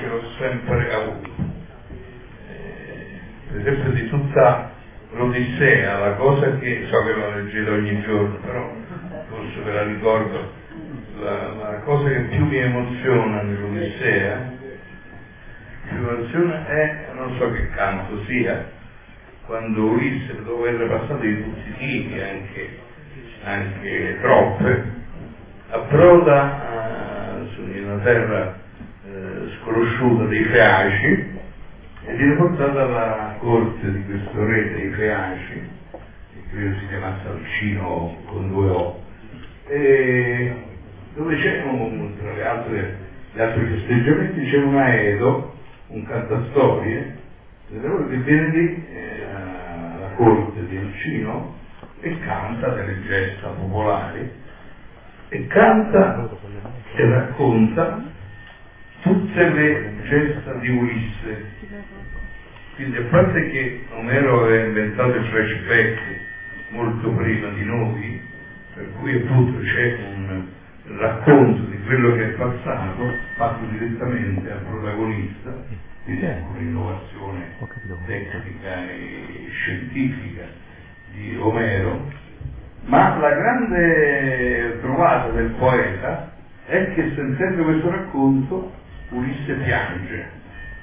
l'ho sempre avuto. Per esempio di tutta l'Odissea, la cosa che, so che la leggete ogni giorno, però forse ve la ricordo, la cosa che più mi emoziona nell'Odissea, è, non so che canto sia, quando Ulisse, dopo aver passato di tutti i tipi, anche troppe, approda in una terra sconosciuta dei Feaci e viene portata alla corte di questo re dei Feaci, che credo si chiamasse Alcino con 2 O, e dove c'è tra gli altri festeggiamenti c'è un Aedo, un cantastorie, che viene lì alla corte di Alcino e canta delle gesta popolari e canta e racconta tutte le gesta di Ulisse. Quindi a parte che Omero aveva inventato il flashback molto prima di noi, per cui appunto c'è un racconto di quello che è passato fatto direttamente al protagonista, quindi è un'innovazione tecnica e scientifica di Omero, ma la grande trovata del poeta è che sentendo questo racconto Ulisse piange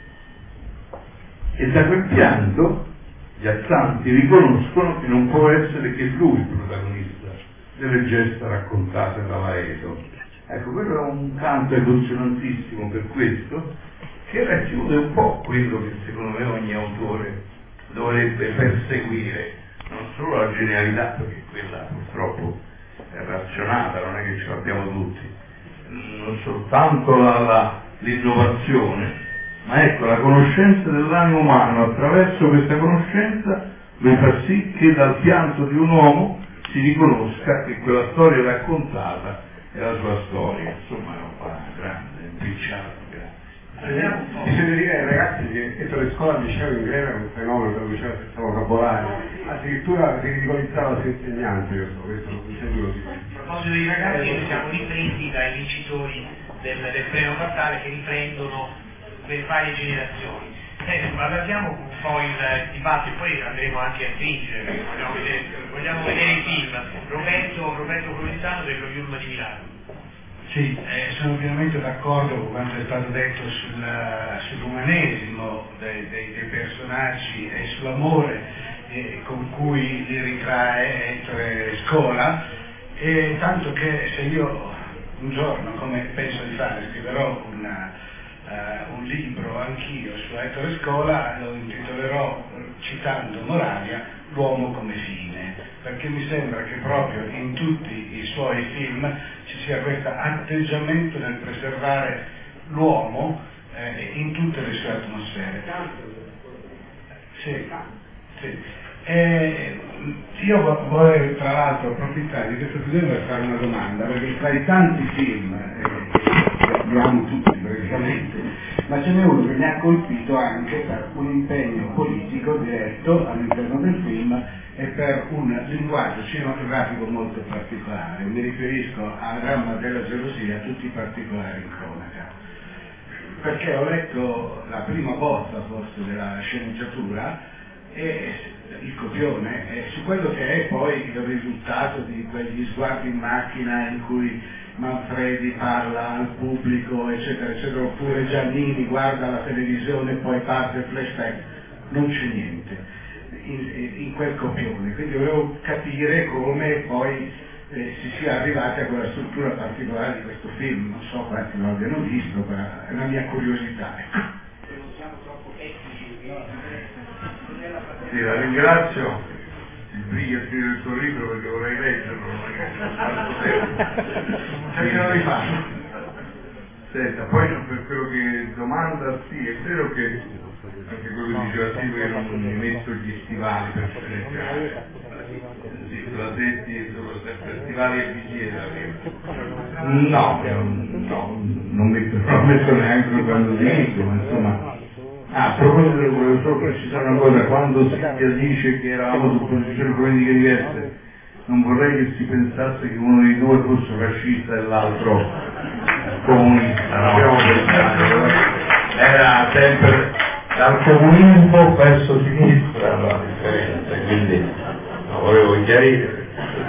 e da quel pianto gli astanti riconoscono che non può essere che lui il protagonista delle gesta raccontate da Aedo. Ecco, quello è un canto emozionantissimo per questo, che racchiude un po' quello che secondo me ogni autore dovrebbe perseguire, non solo la genialità, perché quella purtroppo è razionata, non è che ce l'abbiamo tutti, non soltanto l'innovazione, ma ecco la conoscenza dell'animo umano. Attraverso questa conoscenza lui fa sì che dal pianto di un uomo si riconosca che quella storia raccontata è la sua storia. Insomma è un po' grande, impicciato, Bisogna dire ai ragazzi che entro le scuole al liceo in era un fenomeno che non diceva senza vocabolari, addirittura si ridicolizzava se insegnante, io so, questo non mi sembra così. A proposito dei ragazzi, noi siamo ripresi dai vincitori del premio Bartale che riprendono le varie generazioni. Allarghiamo un po' il dibattito, poi andremo anche a stringere, vogliamo vedere i film. Roberto Provenzano dello Yulma di Milano. Sì, sono pienamente d'accordo con quanto è stato detto sull'umanesimo dei personaggi e sull'amore con cui li ritrae Ettore Scola, e tanto che se io un giorno, come penso di fare, scriverò un libro anch'io su Ettore Scola, lo intitolerò, citando Moravia, L'uomo come fine, perché mi sembra che proprio in tutti i suoi film ci sia questo atteggiamento nel preservare l'uomo in tutte le sue atmosfere. Sì, sì. Io vorrei tra l'altro approfittare di questo episodio per fare una domanda, perché tra i tanti film, li amo tutti praticamente, ma ce n'è uno che mi ha colpito anche per un impegno politico diretto all'interno del film e per un linguaggio cinematografico molto particolare. Mi riferisco al dramma della gelosia, tutti i particolari in cronaca, perché ho letto la prima bozza forse della sceneggiatura e il copione su quello che è poi il risultato di quegli sguardi in macchina in cui Manfredi parla al pubblico eccetera eccetera, oppure Giannini guarda la televisione e poi parte il flashback. Non c'è niente in quel copione, quindi volevo capire come poi si sia arrivati a quella struttura particolare di questo film. Non so quanti lo abbiano visto, ma è una mia curiosità. Sì, la ringrazio, ti briglia a scrivere il tuo libro perché vorrei leggerlo, non è che Perché non li fa? Senta, poi per quello che domanda, sì, è vero che anche quello che diceva Silvio, che non mi metto gli stivali per sceneggiare, sì, Blasetti sono sempre stivali e visiera, no, non metto neanche quando dico, ma insomma. A proposito, volevo solo precisare una cosa: quando Silvia dice che eravamo su posizioni politiche diverse, non vorrei che si pensasse che uno dei due fosse fascista e l'altro comunista, no? Era sempre dal comunismo verso sinistra la differenza, quindi lo volevo chiarire.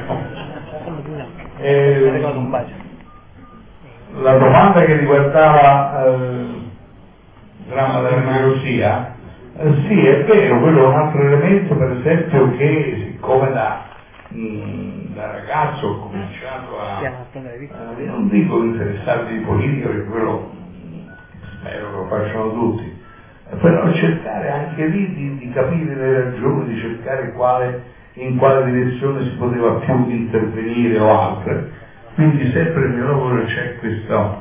La domanda che riguardava il dramma della gelosia, sì, è vero, quello è un altro elemento, per esempio, che siccome da ragazzo ho cominciato a non dico interessarmi di politica, perché quello spero che lo facciano tutti, però cercare anche lì di capire le ragioni, di cercare in quale direzione si poteva più intervenire o altre. Quindi sempre nel mio lavoro c'è questo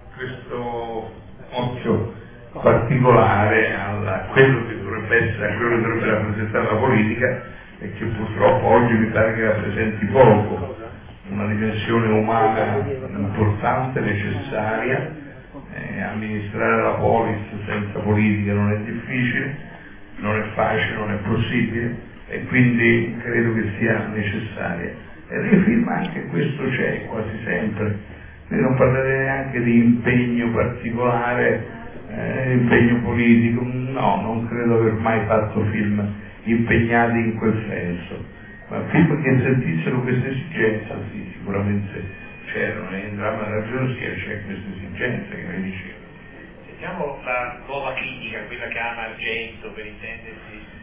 occhio particolare a quello che dovrebbe essere, a quello che dovrebbe rappresentare la politica, e che purtroppo oggi mi pare che rappresenti poco, una dimensione umana importante, necessaria. Amministrare la polis senza politica non è difficile, non è facile, non è possibile, e quindi credo che sia necessaria. E nei film anche questo c'è quasi sempre, quindi non parlerei neanche di impegno particolare, impegno politico, no, non credo aver mai fatto film impegnati in quel senso, ma film che sentissero questa esigenza, sì, sicuramente c'erano, e in dramma della gelosia c'è questa esigenza che mi dicevo. Sentiamo la nuova critica, quella che ama Argento, per intendersi,